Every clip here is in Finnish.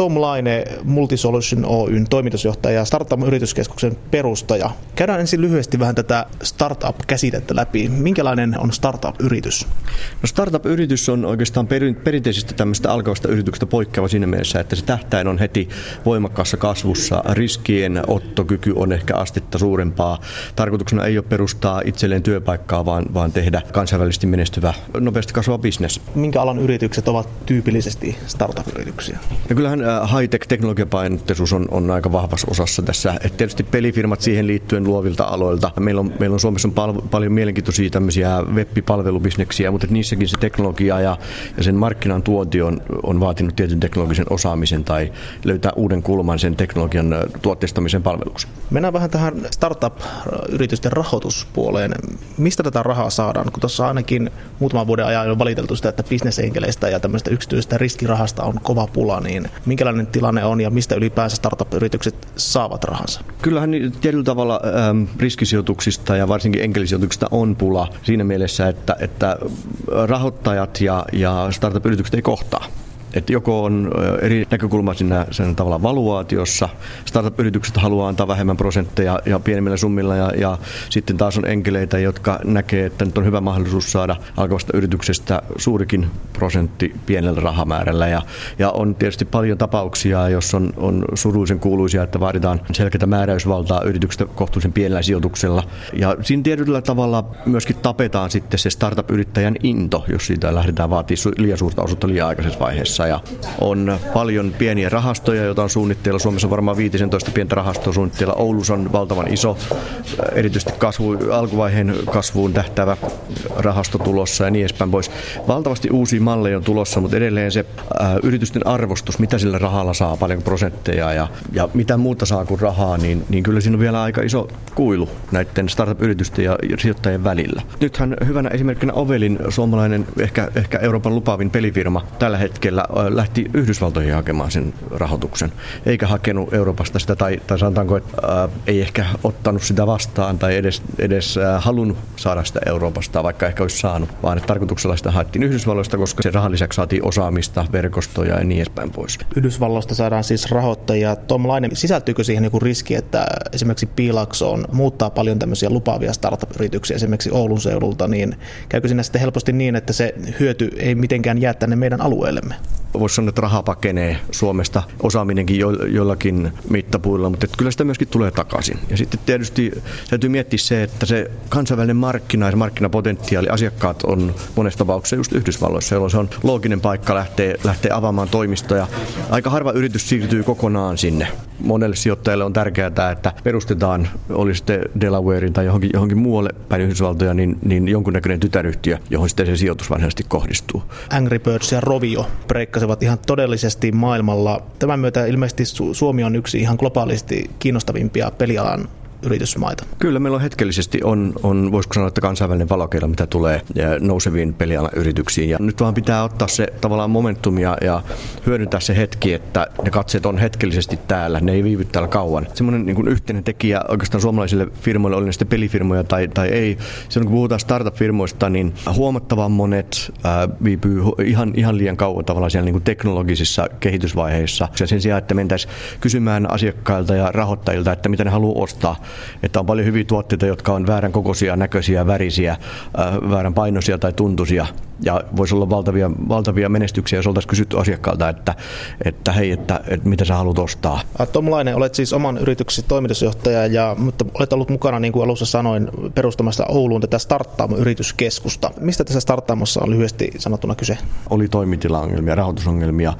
Tom Laine, Multisolution Oyn toimitusjohtaja ja Startup-yrityskeskuksen perustaja. Käydään ensin lyhyesti vähän tätä startup-käsitettä läpi. Minkälainen on startup-yritys? No startup-yritys on oikeastaan perinteisesti tämmöistä alkavasta yrityksestä poikkeava siinä mielessä, että se tähtäin on heti voimakkaassa kasvussa. Riskien ottokyky on ehkä astetta suurempaa. Tarkoituksena ei ole perustaa itselleen työpaikkaa, vaan tehdä kansainvälisesti menestyvä, nopeasti kasvava bisnes. Minkä alan yritykset ovat tyypillisesti startup-yrityksiä? No kyllähän high-tech-teknologiapainotteisuus on aika vahvassa osassa tässä. Et tietysti pelifirmat siihen liittyen luovilta aloilta. Meillä on Suomessa paljon mielenkiintoisia tämmöisiä web-palvelubisneksiä, mutta niissäkin se teknologia ja sen markkinan tuonti on vaatinut tietyn teknologisen osaamisen tai löytää uuden kulman sen teknologian tuotteistamisen palveluksi. Mennään vähän tähän startup-yritysten rahoituspuoleen. Mistä tätä rahaa saadaan? Kun tuossa ainakin muutaman vuoden ajan on valiteltu sitä, että bisnesenkeleistä ja tämmöistä yksityisestä riskirahasta on kova pula, niin minkälainen tilanne on ja mistä ylipäänsä startup-yritykset saavat rahansa? Kyllähän tietyllä tavalla riskisijoituksista ja varsinkin enkelisijoituksista on pula siinä mielessä, että rahoittajat ja startup-yritykset ei kohtaa. Että joko on eri näkökulma siinä tavallaan valuaatiossa, startup-yritykset haluaa antaa vähemmän prosentteja ja pienemmillä summilla ja sitten taas on enkeleitä, jotka näkee, että nyt on hyvä mahdollisuus saada alkavasta yrityksestä suurikin prosentti pienellä rahamäärällä ja on tietysti paljon tapauksia, jos on surullisen kuuluisia, että vaaditaan selkeää määräysvaltaa yrityksestä kohtuullisen pienellä sijoituksella ja siinä tietyllä tavalla myöskin tapetaan sitten se startup-yrittäjän into, jos siitä lähdetään vaatimaan liian suurta osuutta liian aikaisessa vaiheessa. Ja on paljon pieniä rahastoja, joita on suunnitteilla. Suomessa on varmaan 15 pientä rahastoa suunnitteilla. Oulussa on valtavan iso, erityisesti alkuvaiheen kasvuun tähtäävä rahasto tulossa ja niin edespäin pois. Valtavasti uusia malleja on tulossa, mutta edelleen se yritysten arvostus, mitä sillä rahalla saa, paljon prosentteja ja mitä muuta saa kuin rahaa, niin kyllä siinä on vielä aika iso kuilu näiden startup-yritysten ja sijoittajien välillä. Nythän hyvänä esimerkkinä Ovelin, suomalainen ehkä Euroopan lupaavin pelifirma tällä hetkellä lähti Yhdysvaltoihin hakemaan sen rahoituksen, eikä hakenut Euroopasta sitä, tai sanotaanko, että ei ehkä ottanut sitä vastaan tai edes halunnut saada sitä Euroopasta, vaikka ehkä olisi saanut, vaan että tarkoituksella sitä haettiin Yhdysvalloista, koska se rahan lisäksi saatiin osaamista, verkostoja ja niin edespäin pois. Yhdysvalloista saadaan siis rahoittajia. Tom Laine, sisältyykö siihen joku riski, että esimerkiksi Piilaaksoon muuttaa paljon tämmöisiä lupaavia startup-yrityksiä esimerkiksi Oulun seudulta, niin käykö siinä sitten helposti niin, että se hyöty ei mitenkään jää tänne meidän alueellemme? Voisi sanoa, että raha pakenee Suomesta, osaaminenkin jollakin mittapuilla, mutta kyllä sitä myöskin tulee takaisin. Ja sitten tietysti täytyy miettiä se, että se kansainvälinen markkina ja markkinapotentiaali, asiakkaat on monessa tapauksessa just Yhdysvalloissa, jolloin se on looginen paikka lähteä avaamaan toimistoja. Aika harva yritys siirtyy kokonaan sinne. Monelle sijoittajalle on tärkeää, että perustetaan, oli sitten Delawarein tai johonkin muualle päin Yhdysvaltoja, niin jonkunnäköinen tytäryhtiö, johon sitten se sijoitus varsinaisesti kohdistuu. Angry Birds ja Rovio breikkasivat ihan todellisesti maailmalla. Tämän myötä ilmeisesti Suomi on yksi ihan globaalisti kiinnostavimpia pelialan yritysmaita. Kyllä, meillä on hetkellisesti voisiko sanoa, että kansainvälinen valokeila, mitä tulee nouseviin pelialan yrityksiin. Ja nyt vaan pitää ottaa se tavallaan momentumia ja hyödyntää se hetki, että ne katseet on hetkellisesti täällä, ne ei viivy täällä kauan. Semmoinen niin kuin yhteinen tekijä oikeastaan suomalaisille firmoille, oli ne sitten pelifirmoja tai ei. Silloin kun puhutaan startup-firmoista, niin huomattavan monet viipyy ihan liian kauan tavallaan siellä niin kuin teknologisissa kehitysvaiheissa. Sen sijaan, että mentäisiin kysymään asiakkailta ja rahoittajilta, että mitä ne haluaa ostaa. Että on paljon hyviä tuotteita, jotka on väärän kokoisia, näköisiä, värisiä, väärän painoisia tai tuntuisia. Ja voisi olla valtavia menestyksiä, jos oltaisiin kysytty asiakkaalta, että hei, että mitä sä haluat ostaa. Tom Laine, olet siis oman yrityksesi toimitusjohtaja, mutta olet ollut mukana, niin kuin alussa sanoin, perustamassa Ouluun tätä Starttaamo-yrityskeskusta. Mistä tässä Starttaamossa on lyhyesti sanottuna kyse? Oli toimitilaongelmia, rahoitusongelmia,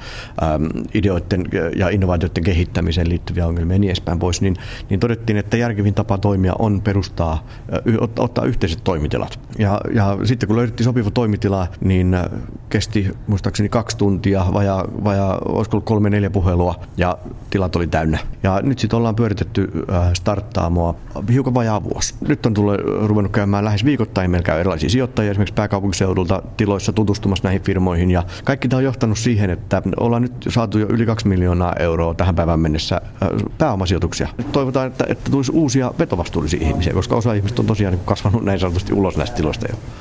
ideoiden ja innovaatioiden kehittämiseen liittyviä ongelmia ja niin edespäin pois, niin todettiin, että järkevin tapa toimia on ottaa yhteiset toimitilat. Ja sitten kun löydettiin sopiva toimitila, niin kesti muistaakseni 2 tuntia, olisiko ollut 3-4 puhelua ja tilat oli täynnä. Ja nyt sitten ollaan pyöritetty Starttaamoa hiukan vajaa vuosi. Nyt on ruvennut käymään lähes viikoittain. Meillä käy erilaisia sijoittajia esimerkiksi pääkaupunkiseudulta tiloissa tutustumassa näihin firmoihin. Ja kaikki tämä on johtanut siihen, että ollaan nyt saatu jo yli 2 miljoonaa euroa tähän päivään mennessä pääomasijoituksia. Toivotaan, että tulisi uusia vetovastuullisia ihmisiä, koska osa ihmistä on tosiaan kasvanut näin sanotusti ulos näistä tiloista jo.